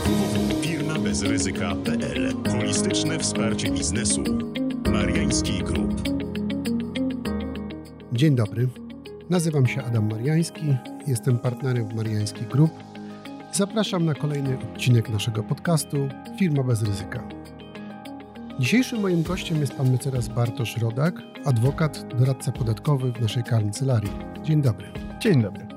www.firmabezryzyka.pl. Holistyczne wsparcie biznesu. Mariański Group. Dzień dobry, nazywam się Adam Mariański, jestem partnerem w Mariański Group. Zapraszam na kolejny odcinek naszego podcastu Firma bez ryzyka. Dzisiejszym moim gościem jest pan mecenas Bartosz Rodak, adwokat, doradca podatkowy w naszej kancelarii. Dzień dobry. Dzień dobry.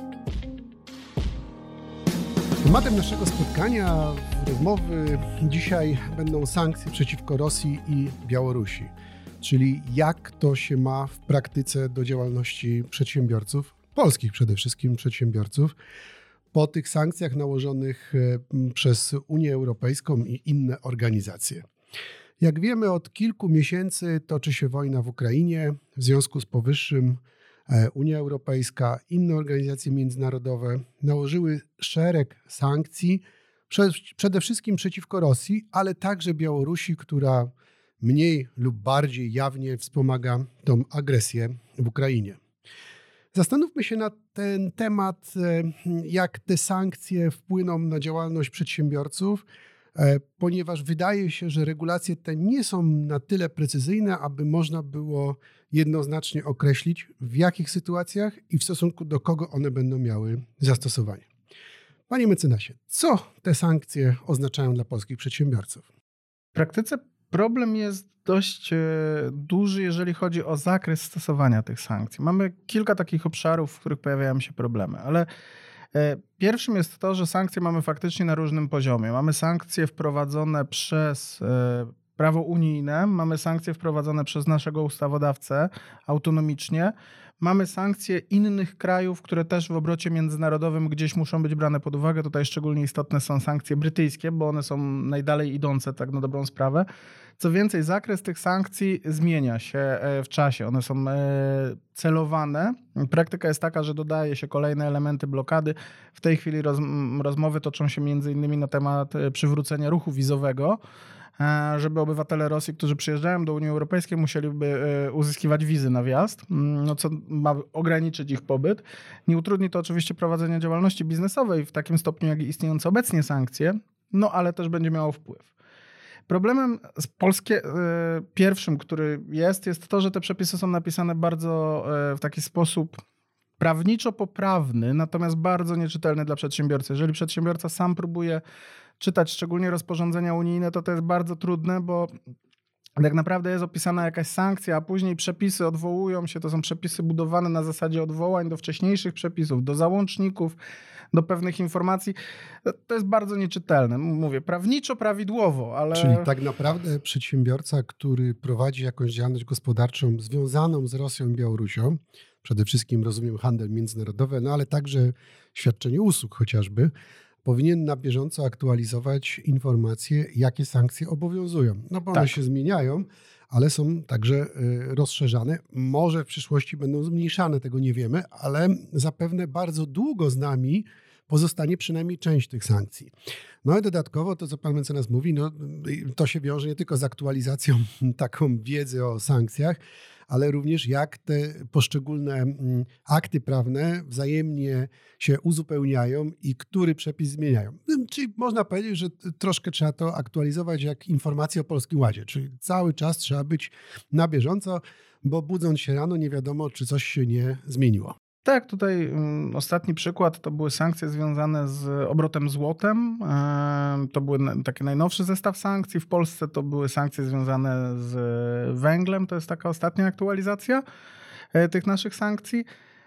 Tematem naszego spotkania, rozmowy dzisiaj będą sankcje przeciwko Rosji i Białorusi, czyli jak to się ma w praktyce do działalności przedsiębiorców, polskich przede wszystkim przedsiębiorców, po tych sankcjach nałożonych przez Unię Europejską i inne organizacje. Jak wiemy, od kilku miesięcy toczy się wojna w Ukrainie. W związku z powyższym Unia Europejska, inne organizacje międzynarodowe nałożyły szereg sankcji, przede wszystkim przeciwko Rosji, ale także Białorusi, która mniej lub bardziej jawnie wspomaga tą agresję w Ukrainie. Zastanówmy się na ten temat, jak te sankcje wpłyną na działalność przedsiębiorców, ponieważ wydaje się, że regulacje te nie są na tyle precyzyjne, aby można było jednoznacznie określić, w jakich sytuacjach i w stosunku do kogo one będą miały zastosowanie. Panie mecenasie, co te sankcje oznaczają dla polskich przedsiębiorców? W praktyce problem jest dość duży, jeżeli chodzi o zakres stosowania tych sankcji. Mamy kilka takich obszarów, w których pojawiają się problemy, ale pierwszym jest to, że sankcje mamy faktycznie na różnym poziomie. Mamy sankcje wprowadzone przez prawo unijne, mamy sankcje wprowadzone przez naszego ustawodawcę autonomicznie, mamy sankcje innych krajów, które też w obrocie międzynarodowym gdzieś muszą być brane pod uwagę. Tutaj szczególnie istotne są sankcje brytyjskie, bo one są najdalej idące, tak na dobrą sprawę. Co więcej, zakres tych sankcji zmienia się w czasie. One są celowane. Praktyka jest taka, że dodaje się kolejne elementy blokady. W tej chwili rozmowy toczą się m.in. na temat przywrócenia ruchu wizowego, żeby obywatele Rosji, którzy przyjeżdżają do Unii Europejskiej, musieliby uzyskiwać wizy na wjazd, co ma ograniczyć ich pobyt. Nie utrudni to oczywiście prowadzenia działalności biznesowej w takim stopniu, jak istniejące obecnie sankcje, ale też będzie miało wpływ. Problemem pierwszym, który jest to, że te przepisy są napisane bardzo w taki sposób prawniczo-poprawny, natomiast bardzo nieczytelny dla przedsiębiorcy. Jeżeli przedsiębiorca sam próbuje czytać szczególnie rozporządzenia unijne, to jest bardzo trudne, bo tak naprawdę jest opisana jakaś sankcja, a później przepisy odwołują się, to są przepisy budowane na zasadzie odwołań do wcześniejszych przepisów, do załączników, do pewnych informacji. To jest bardzo nieczytelne. Mówię, prawniczo, prawidłowo, ale... Czyli tak naprawdę przedsiębiorca, który prowadzi jakąś działalność gospodarczą związaną z Rosją i Białorusią, przede wszystkim rozumiem handel międzynarodowy, ale także świadczenie usług chociażby, powinien na bieżąco aktualizować informacje, jakie sankcje obowiązują. Bo one się zmieniają, ale są także rozszerzane. Może w przyszłości będą zmniejszane, tego nie wiemy, ale zapewne bardzo długo z nami pozostanie przynajmniej część tych sankcji. I dodatkowo to, co pan mecenas mówi, to się wiąże nie tylko z aktualizacją taką wiedzy o sankcjach, ale również jak te poszczególne akty prawne wzajemnie się uzupełniają i który przepis zmieniają. Czyli można powiedzieć, że troszkę trzeba to aktualizować jak informacje o Polskim Ładzie, czyli cały czas trzeba być na bieżąco, bo budząc się rano nie wiadomo, czy coś się nie zmieniło. Tak, tutaj ostatni przykład to były sankcje związane z obrotem złotem. To był taki najnowszy zestaw sankcji. W Polsce to były sankcje związane z węglem. To jest taka ostatnia aktualizacja tych naszych sankcji.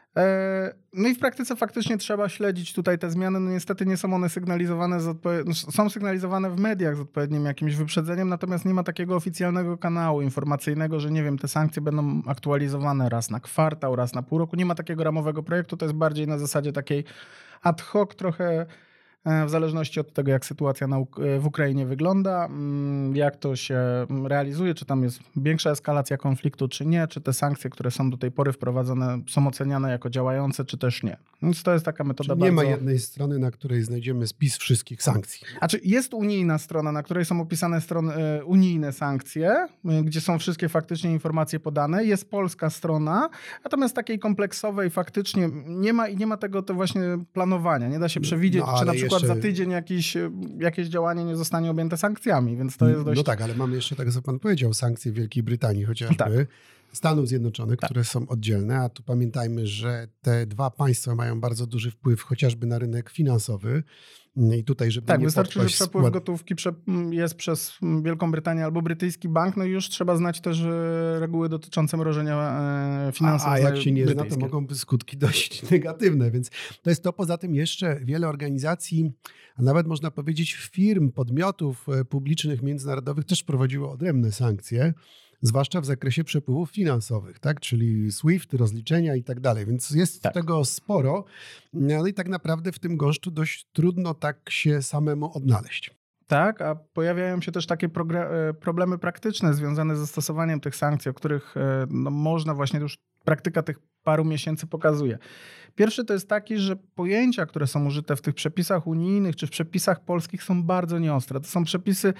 I w praktyce faktycznie trzeba śledzić tutaj te zmiany. Niestety nie są one sygnalizowane są sygnalizowane w mediach z odpowiednim jakimś wyprzedzeniem, natomiast nie ma takiego oficjalnego kanału informacyjnego, że te sankcje będą aktualizowane raz na kwartał, raz na pół roku. Nie ma takiego ramowego projektu, to jest bardziej na zasadzie takiej ad hoc trochę w zależności od tego, jak sytuacja w Ukrainie wygląda, jak to się realizuje, czy tam jest większa eskalacja konfliktu, czy nie, czy te sankcje, które są do tej pory wprowadzone, są oceniane jako działające, czy też nie. Więc to jest taka metoda Czyli nie ma jednej strony, na której znajdziemy spis wszystkich sankcji. Jest unijna strona, na której są opisane unijne sankcje, gdzie są wszystkie faktycznie informacje podane. Jest polska strona, natomiast takiej kompleksowej faktycznie nie ma i nie ma tego właśnie planowania. Nie da się przewidzieć, czy na przykład przykład jeszcze... za tydzień jakieś działanie nie zostanie objęte sankcjami, więc to jest dość... No tak, ale mamy jeszcze, tak jak pan powiedział, sankcje Wielkiej Brytanii chociażby, Tak. Stanów Zjednoczonych, które są oddzielne, a tu pamiętajmy, że te dwa państwa mają bardzo duży wpływ chociażby na rynek finansowy i tutaj, żeby Tak, nie wystarczy, że podpaść przepływ gotówki jest przez Wielką Brytanię albo brytyjski bank, no i już trzeba znać też reguły dotyczące mrożenia finansów. A jak się nie zna, to brytyjskie. mogą być skutki dość negatywne, więc to jest to. Poza tym jeszcze wiele organizacji, a nawet można powiedzieć firm, podmiotów publicznych, międzynarodowych też prowadziło odrębne sankcje, zwłaszcza w zakresie przepływów finansowych, tak? Czyli SWIFT, rozliczenia i tak dalej, więc jest tego sporo, no i tak naprawdę w tym gąszczu dość trudno tak się samemu odnaleźć. Tak, a pojawiają się też takie problemy praktyczne związane ze stosowaniem tych sankcji, o których no, można właśnie już praktyka tych paru miesięcy pokazuje. Pierwszy to jest taki, że pojęcia, które są użyte w tych przepisach unijnych czy w przepisach polskich są bardzo nieostre. To są przepisy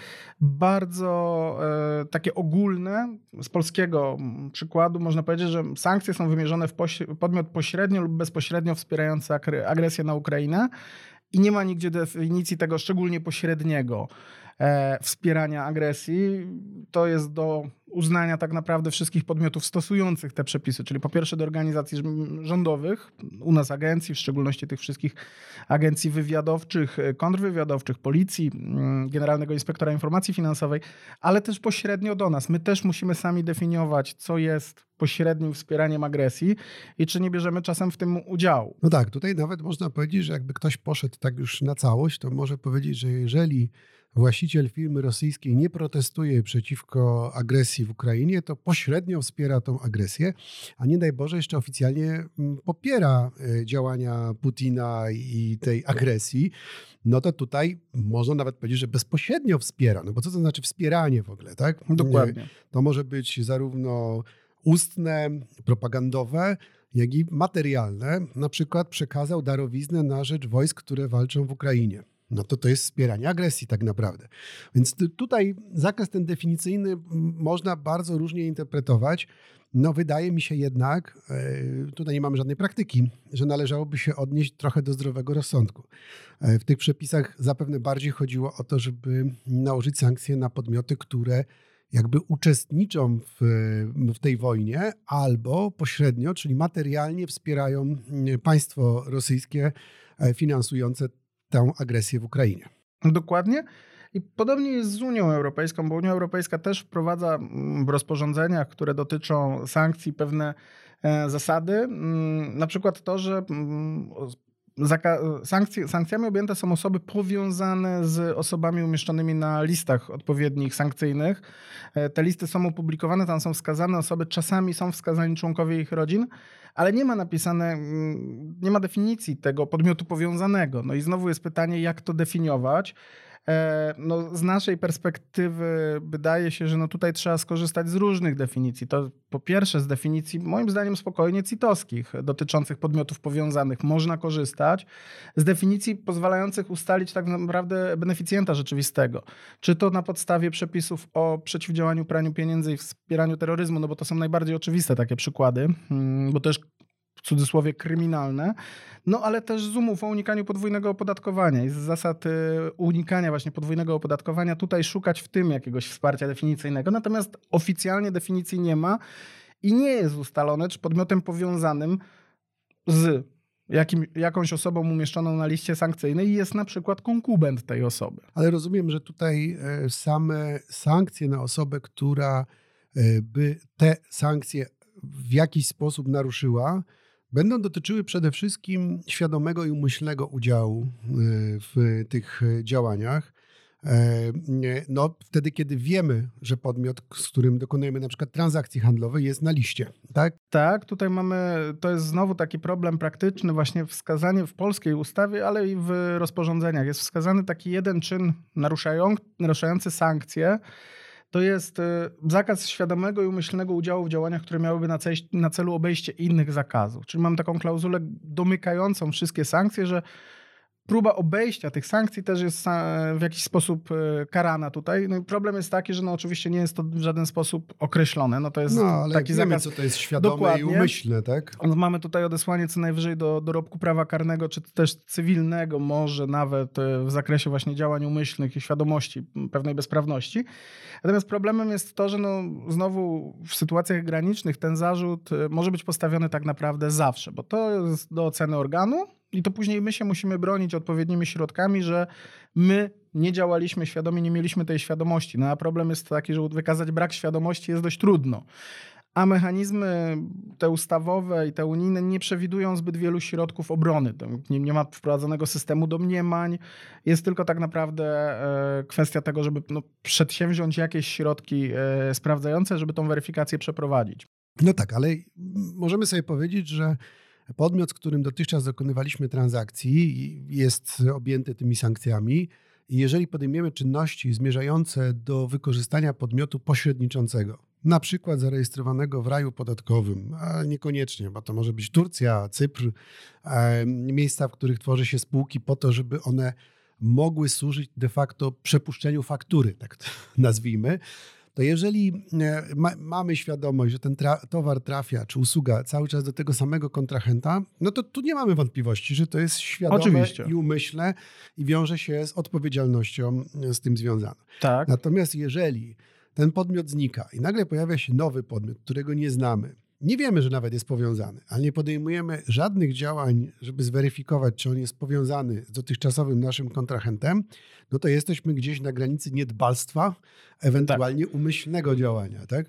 bardzo takie ogólne. Z polskiego przykładu można powiedzieć, że sankcje są wymierzone w podmiot pośrednio lub bezpośrednio wspierający agresję na Ukrainę i nie ma nigdzie definicji tego szczególnie pośredniego wspierania agresji. To jest do uznania tak naprawdę wszystkich podmiotów stosujących te przepisy, czyli po pierwsze do organizacji rządowych, u nas agencji, w szczególności tych wszystkich agencji wywiadowczych, kontrwywiadowczych, policji, Generalnego Inspektora Informacji Finansowej, ale też pośrednio do nas. My też musimy sami definiować, co jest pośrednim wspieraniem agresji i czy nie bierzemy czasem w tym udziału. No tak, tutaj nawet można powiedzieć, że jakby ktoś poszedł tak już na całość, to może powiedzieć, że jeżeli właściciel firmy rosyjskiej nie protestuje przeciwko agresji w Ukrainie, to pośrednio wspiera tą agresję, a nie daj Boże jeszcze oficjalnie popiera działania Putina i tej agresji, no to tutaj można nawet powiedzieć, że bezpośrednio wspiera. No bo co to znaczy wspieranie w ogóle, tak? Dokładnie. To może być zarówno ustne, propagandowe, jak i materialne. Na przykład przekazał darowiznę na rzecz wojsk, które walczą w Ukrainie. No to jest wspieranie agresji tak naprawdę. Więc tutaj zakres ten definicyjny można bardzo różnie interpretować. No wydaje mi się jednak, tutaj nie mamy żadnej praktyki, że należałoby się odnieść trochę do zdrowego rozsądku. W tych przepisach zapewne bardziej chodziło o to, żeby nałożyć sankcje na podmioty, które jakby uczestniczą w tej wojnie albo pośrednio, czyli materialnie wspierają państwo rosyjskie finansujące tę agresję w Ukrainie. Dokładnie. I podobnie jest z Unią Europejską, bo Unia Europejska też wprowadza w rozporządzeniach, które dotyczą sankcji, pewne zasady. Na przykład to, że sankcjami objęte są osoby powiązane z osobami umieszczonymi na listach odpowiednich sankcyjnych. Te listy są opublikowane, tam są wskazane osoby, czasami są wskazani członkowie ich rodzin, ale nie ma definicji tego podmiotu powiązanego. No i znowu jest pytanie, jak to definiować. No, z naszej perspektywy wydaje się, że no tutaj trzeba skorzystać z różnych definicji. To po pierwsze z definicji moim zdaniem spokojnie CIT-owskich dotyczących podmiotów powiązanych można korzystać. Z definicji pozwalających ustalić tak naprawdę beneficjenta rzeczywistego. Czy to na podstawie przepisów o przeciwdziałaniu praniu pieniędzy i wspieraniu terroryzmu, no bo to są najbardziej oczywiste takie przykłady, bo też w cudzysłowie kryminalne, no ale też z umów o unikaniu podwójnego opodatkowania i z zasad unikania właśnie podwójnego opodatkowania tutaj szukać w tym jakiegoś wsparcia definicyjnego, natomiast oficjalnie definicji nie ma i nie jest ustalone, czy podmiotem powiązanym z jakąś osobą umieszczoną na liście sankcyjnej jest na przykład konkubent tej osoby. Ale rozumiem, że tutaj same sankcje na osobę, która by te sankcje w jakiś sposób naruszyła, będą dotyczyły przede wszystkim świadomego i umyślnego udziału w tych działaniach. No, wtedy, kiedy wiemy, że podmiot, z którym dokonujemy na przykład transakcji handlowej, jest na liście, tak? Tak, tutaj to jest znowu taki problem praktyczny, właśnie wskazanie w polskiej ustawie, ale i w rozporządzeniach. Jest wskazany taki jeden czyn naruszający sankcje. To jest zakaz świadomego i umyślnego udziału w działaniach, które miałyby na celu obejście innych zakazów. Czyli mam taką klauzulę domykającą wszystkie sankcje, że próba obejścia tych sankcji też jest w jakiś sposób karana tutaj. No i problem jest taki, że no oczywiście nie jest to w żaden sposób określone. No to jest ale taki wiemy, zakaz. co to jest świadome Dokładnie. i umyślne, tak? Mamy tutaj odesłanie co najwyżej do dorobku prawa karnego, czy też cywilnego, może nawet w zakresie właśnie działań umyślnych i świadomości pewnej bezprawności. Natomiast problemem jest to, że no znowu w sytuacjach granicznych ten zarzut może być postawiony tak naprawdę zawsze, bo to jest do oceny organu i to później my się musimy bronić odpowiednimi środkami, że my nie działaliśmy świadomie, nie mieliśmy tej świadomości. No a problem jest taki, że wykazać brak świadomości jest dość trudno. A mechanizmy te ustawowe i te unijne nie przewidują zbyt wielu środków obrony. Nie ma wprowadzonego systemu domniemań. Jest tylko tak naprawdę kwestia tego, żeby przedsięwziąć jakieś środki sprawdzające, żeby tą weryfikację przeprowadzić. No tak, ale możemy sobie powiedzieć, że podmiot, z którym dotychczas dokonywaliśmy transakcji, jest objęty tymi sankcjami. I jeżeli podejmiemy czynności zmierzające do wykorzystania podmiotu pośredniczącego, na przykład zarejestrowanego w raju podatkowym, a niekoniecznie, bo to może być Turcja, Cypr, miejsca, w których tworzy się spółki po to, żeby one mogły służyć de facto przepuszczeniu faktury, tak to nazwijmy, to jeżeli mamy świadomość, że ten towar trafia, czy usługa cały czas do tego samego kontrahenta, no to tu nie mamy wątpliwości, że to jest świadome Oczywiście. I umyślne i wiąże się z odpowiedzialnością z tym związaną. Tak. Natomiast jeżeli ten podmiot znika i nagle pojawia się nowy podmiot, którego nie znamy, nie wiemy, że nawet jest powiązany, ale nie podejmujemy żadnych działań, żeby zweryfikować, czy on jest powiązany z dotychczasowym naszym kontrahentem, no to jesteśmy gdzieś na granicy niedbalstwa, ewentualnie umyślnego działania. Tak?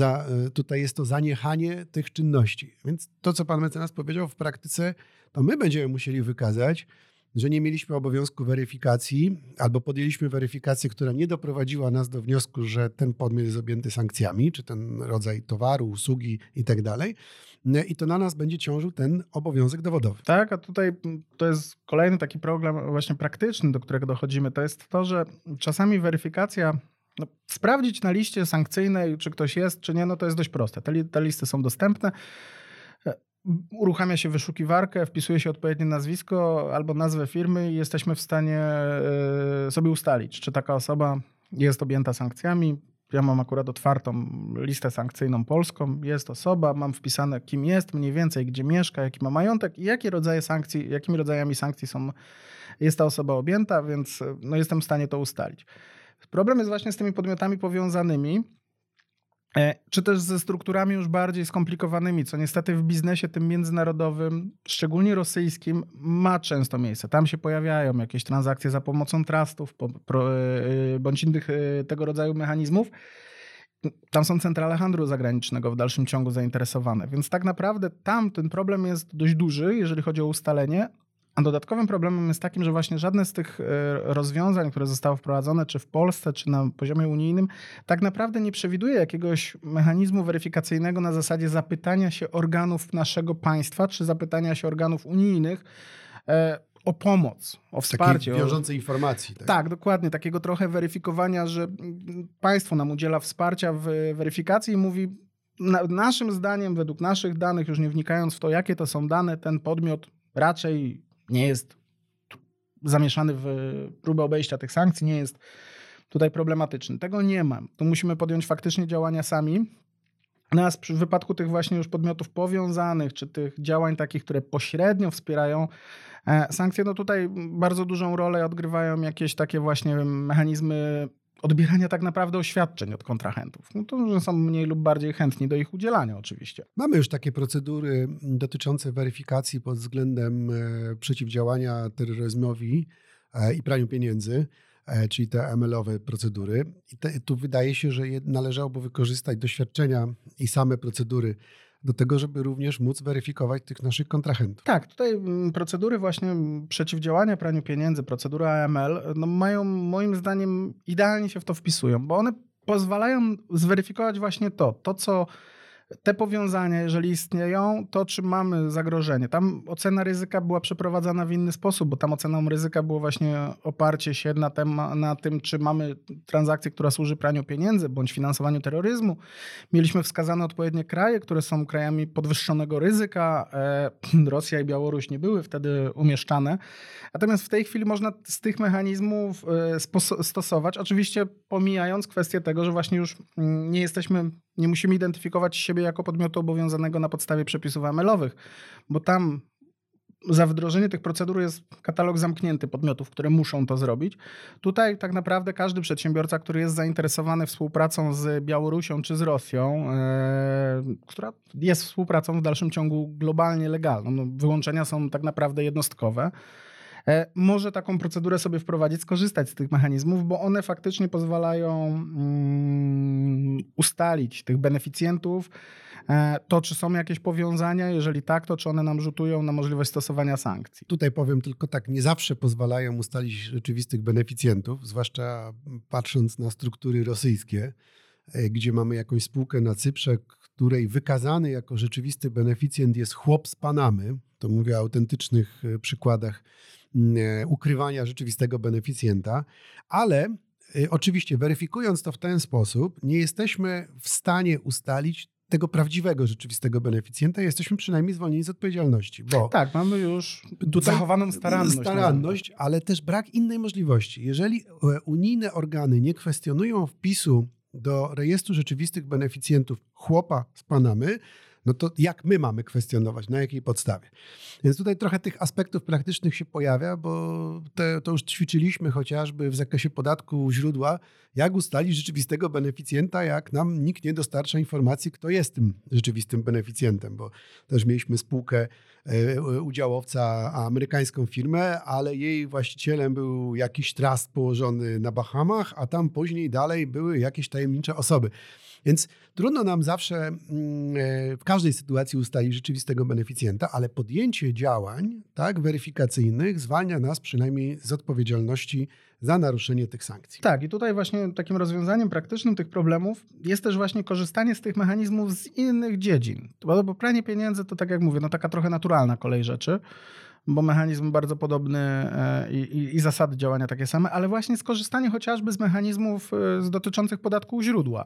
Tutaj jest to zaniechanie tych czynności. Więc to, co pan mecenas powiedział w praktyce, to my będziemy musieli wykazać, że nie mieliśmy obowiązku weryfikacji albo podjęliśmy weryfikację, która nie doprowadziła nas do wniosku, że ten podmiot jest objęty sankcjami, czy ten rodzaj towaru, usługi i tak dalej. I to na nas będzie ciążył ten obowiązek dowodowy. Tak, a tutaj to jest kolejny taki problem właśnie praktyczny, do którego dochodzimy. To jest to, że czasami weryfikacja, sprawdzić na liście sankcyjnej, czy ktoś jest, czy nie, no to jest dość proste. Te listy są dostępne. Uruchamia się wyszukiwarkę, wpisuje się odpowiednie nazwisko albo nazwę firmy i jesteśmy w stanie sobie ustalić, czy taka osoba jest objęta sankcjami. Ja mam akurat otwartą listę sankcyjną polską. Jest osoba, mam wpisane kim jest, mniej więcej gdzie mieszka, jaki ma majątek i jakimi rodzajami sankcji jest ta osoba objęta, więc jestem w stanie to ustalić. Problem jest właśnie z tymi podmiotami powiązanymi, czy też ze strukturami już bardziej skomplikowanymi, co niestety w biznesie tym międzynarodowym, szczególnie rosyjskim, ma często miejsce. Tam się pojawiają jakieś transakcje za pomocą trustów bądź innych tego rodzaju mechanizmów. Tam są centrale handlu zagranicznego w dalszym ciągu zainteresowane, więc tak naprawdę tam ten problem jest dość duży, jeżeli chodzi o ustalenie. A dodatkowym problemem jest takim, że właśnie żadne z tych rozwiązań, które zostały wprowadzone czy w Polsce, czy na poziomie unijnym, tak naprawdę nie przewiduje jakiegoś mechanizmu weryfikacyjnego na zasadzie zapytania się organów naszego państwa, czy zapytania się organów unijnych o pomoc, o wsparcie. Takiej wiążącej informacji. Tak, dokładnie. Takiego trochę weryfikowania, że państwo nam udziela wsparcia w weryfikacji i mówi, naszym zdaniem, według naszych danych, już nie wnikając w to, jakie to są dane, ten podmiot raczej nie jest zamieszany w próbę obejścia tych sankcji, nie jest tutaj problematyczny. Tego nie ma. Tu musimy podjąć faktycznie działania sami. Natomiast w wypadku tych właśnie już podmiotów powiązanych, czy tych działań takich, które pośrednio wspierają sankcje, no tutaj bardzo dużą rolę odgrywają jakieś takie właśnie mechanizmy odbierania tak naprawdę oświadczeń od kontrahentów. No to, że są mniej lub bardziej chętni do ich udzielania oczywiście. Mamy już takie procedury dotyczące weryfikacji pod względem przeciwdziałania terroryzmowi i praniu pieniędzy, czyli te ML-owe procedury. I tu wydaje się, że należałoby wykorzystać doświadczenia i same procedury do tego, żeby również móc weryfikować tych naszych kontrahentów. Tak, tutaj procedury właśnie przeciwdziałania praniu pieniędzy, procedury AML, mają moim zdaniem idealnie się w to wpisują, bo one pozwalają zweryfikować właśnie to co te powiązania, jeżeli istnieją, to czy mamy zagrożenie? Tam ocena ryzyka była przeprowadzana w inny sposób, bo tam oceną ryzyka było właśnie oparcie się na tym, czy mamy transakcję, która służy praniu pieniędzy bądź finansowaniu terroryzmu. Mieliśmy wskazane odpowiednie kraje, które są krajami podwyższonego ryzyka. Rosja i Białoruś nie były wtedy umieszczane. Natomiast w tej chwili można z tych mechanizmów stosować, oczywiście pomijając kwestię tego, że właśnie już nie musimy identyfikować siebie jako podmiotu obowiązanego na podstawie przepisów AML-owych, bo tam za wdrożenie tych procedur jest katalog zamknięty podmiotów, które muszą to zrobić. Tutaj tak naprawdę każdy przedsiębiorca, który jest zainteresowany współpracą z Białorusią czy z Rosją, która jest współpracą w dalszym ciągu globalnie legalną, no, wyłączenia są tak naprawdę jednostkowe, może taką procedurę sobie wprowadzić, skorzystać z tych mechanizmów, bo one faktycznie pozwalają ustalić tych beneficjentów, to czy są jakieś powiązania, jeżeli tak, to czy one nam rzutują na możliwość stosowania sankcji. Tutaj powiem tylko tak, nie zawsze pozwalają ustalić rzeczywistych beneficjentów, zwłaszcza patrząc na struktury rosyjskie, gdzie mamy jakąś spółkę na Cyprze, której wykazany jako rzeczywisty beneficjent jest chłop z Panamy. To mówię o autentycznych przykładach ukrywania rzeczywistego beneficjenta, ale oczywiście weryfikując to w ten sposób, nie jesteśmy w stanie ustalić tego prawdziwego, rzeczywistego beneficjenta, jesteśmy przynajmniej zwolnieni z odpowiedzialności. Bo tak, mamy już tutaj zachowaną staranność, ale też brak innej możliwości. Jeżeli unijne organy nie kwestionują wpisu do rejestru rzeczywistych beneficjentów chłopa z Panamy, no to jak my mamy kwestionować, na jakiej podstawie? Więc tutaj trochę tych aspektów praktycznych się pojawia, bo to już ćwiczyliśmy chociażby w zakresie podatku u źródła, jak ustalić rzeczywistego beneficjenta, jak nam nikt nie dostarcza informacji, kto jest tym rzeczywistym beneficjentem, bo też mieliśmy spółkę udziałowca, amerykańską firmę, ale jej właścicielem był jakiś trust położony na Bahamach, a tam później dalej były jakieś tajemnicze osoby. Więc trudno nam zawsze w każdej sytuacji ustalić rzeczywistego beneficjenta, ale podjęcie działań weryfikacyjnych zwalnia nas przynajmniej z odpowiedzialności za naruszenie tych sankcji. Tak, i tutaj właśnie takim rozwiązaniem praktycznym tych problemów jest też właśnie korzystanie z tych mechanizmów z innych dziedzin. Bo pranie pieniędzy to, tak jak mówię, no taka trochę naturalna kolej rzeczy, bo mechanizm bardzo podobny i zasady działania takie same, ale właśnie skorzystanie chociażby z mechanizmów dotyczących podatku u źródła.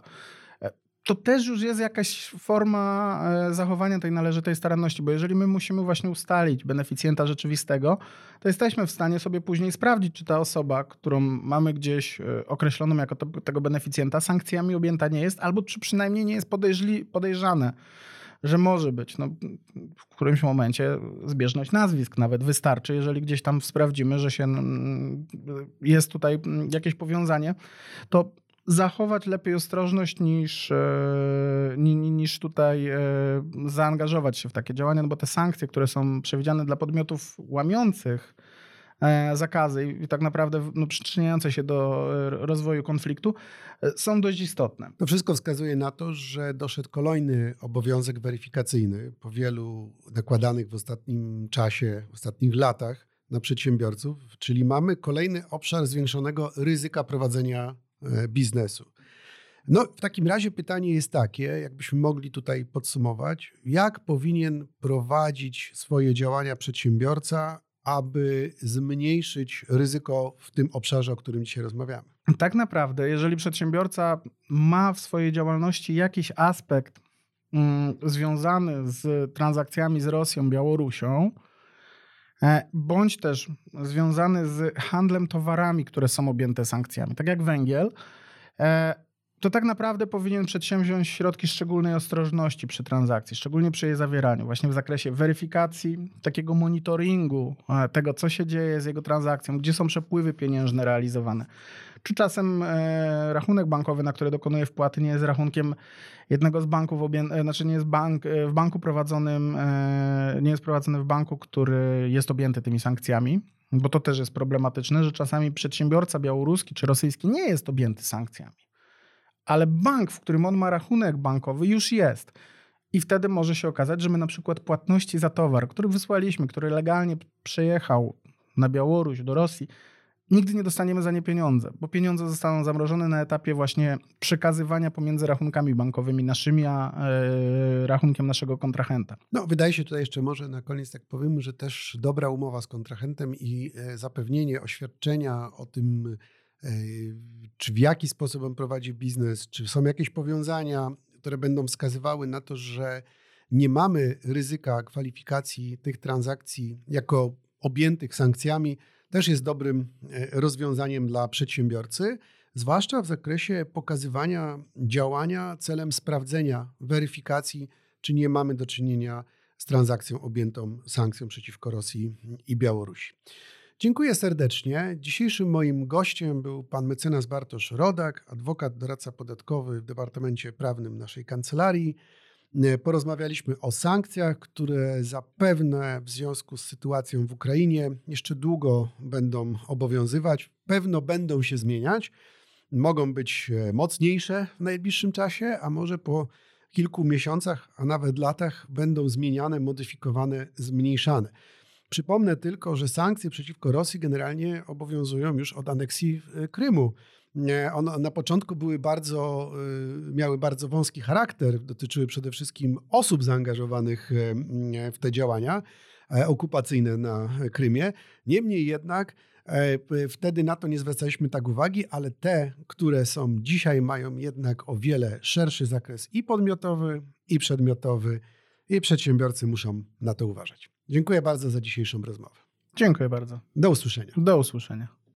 To też już jest jakaś forma zachowania tej należytej staranności, bo jeżeli my musimy właśnie ustalić beneficjenta rzeczywistego, to jesteśmy w stanie sobie później sprawdzić, czy ta osoba, którą mamy gdzieś określoną jako tego beneficjenta, sankcjami objęta nie jest, albo czy przynajmniej nie jest podejrzane, że może być. No, w którymś momencie zbieżność nazwisk nawet wystarczy, jeżeli gdzieś tam sprawdzimy, że jest tutaj jakieś powiązanie, to zachować lepiej ostrożność niż tutaj zaangażować się w takie działania, no bo te sankcje, które są przewidziane dla podmiotów łamiących zakazy i tak naprawdę przyczyniające się do rozwoju konfliktu, są dość istotne. To wszystko wskazuje na to, że doszedł kolejny obowiązek weryfikacyjny po wielu nakładanych w ostatnim czasie, w ostatnich latach na przedsiębiorców, czyli mamy kolejny obszar zwiększonego ryzyka prowadzenia biznesu. No, w takim razie pytanie jest takie, jakbyśmy mogli tutaj podsumować, jak powinien prowadzić swoje działania przedsiębiorca, aby zmniejszyć ryzyko w tym obszarze, o którym dzisiaj rozmawiamy? Tak naprawdę, jeżeli przedsiębiorca ma w swojej działalności jakiś aspekt związany z transakcjami z Rosją, Białorusią, bądź też związany z handlem towarami, które są objęte sankcjami, tak jak węgiel, to tak naprawdę powinien przedsięwziąć środki szczególnej ostrożności przy transakcji, szczególnie przy jej zawieraniu, właśnie w zakresie weryfikacji, takiego monitoringu tego, co się dzieje z jego transakcją, gdzie są przepływy pieniężne realizowane. Czy czasem rachunek bankowy, na który dokonuje wpłaty, nie jest rachunkiem jednego z banków, znaczy nie jest w banku prowadzonym, nie jest prowadzony w banku, który jest objęty tymi sankcjami, bo to też jest problematyczne, że czasami przedsiębiorca białoruski czy rosyjski nie jest objęty sankcjami, ale bank, w którym on ma rachunek bankowy, już jest. I wtedy może się okazać, że my na przykład płatności za towar, który wysłaliśmy, który legalnie przejechał na Białoruś, do Rosji, nigdy nie dostaniemy za nie pieniądze, bo pieniądze zostaną zamrożone na etapie właśnie przekazywania pomiędzy rachunkami bankowymi naszymi, a rachunkiem naszego kontrahenta. No, wydaje się tutaj jeszcze może na koniec tak powiem, że też dobra umowa z kontrahentem i zapewnienie oświadczenia o tym, czy w jaki sposób on prowadzi biznes, czy są jakieś powiązania, które będą wskazywały na to, że nie mamy ryzyka kwalifikacji tych transakcji jako objętych sankcjami, też jest dobrym rozwiązaniem dla przedsiębiorcy, zwłaszcza w zakresie pokazywania działania celem sprawdzenia, weryfikacji, czy nie mamy do czynienia z transakcją objętą sankcją przeciwko Rosji i Białorusi. Dziękuję serdecznie. Dzisiejszym moim gościem był pan mecenas Bartosz Rodak, adwokat, doradca podatkowy w Departamencie Prawnym naszej kancelarii. Porozmawialiśmy o sankcjach, które zapewne w związku z sytuacją w Ukrainie jeszcze długo będą obowiązywać, pewno będą się zmieniać, mogą być mocniejsze w najbliższym czasie, a może po kilku miesiącach, a nawet latach będą zmieniane, modyfikowane, zmniejszane. Przypomnę tylko, że sankcje przeciwko Rosji generalnie obowiązują już od aneksji Krymu. One na początku miały bardzo wąski charakter, dotyczyły przede wszystkim osób zaangażowanych w te działania okupacyjne na Krymie. Niemniej jednak wtedy na to nie zwracaliśmy tak uwagi, ale te, które są dzisiaj, mają jednak o wiele szerszy zakres i podmiotowy, i przedmiotowy, i przedsiębiorcy muszą na to uważać. Dziękuję bardzo za dzisiejszą rozmowę. Dziękuję bardzo. Do usłyszenia. Do usłyszenia.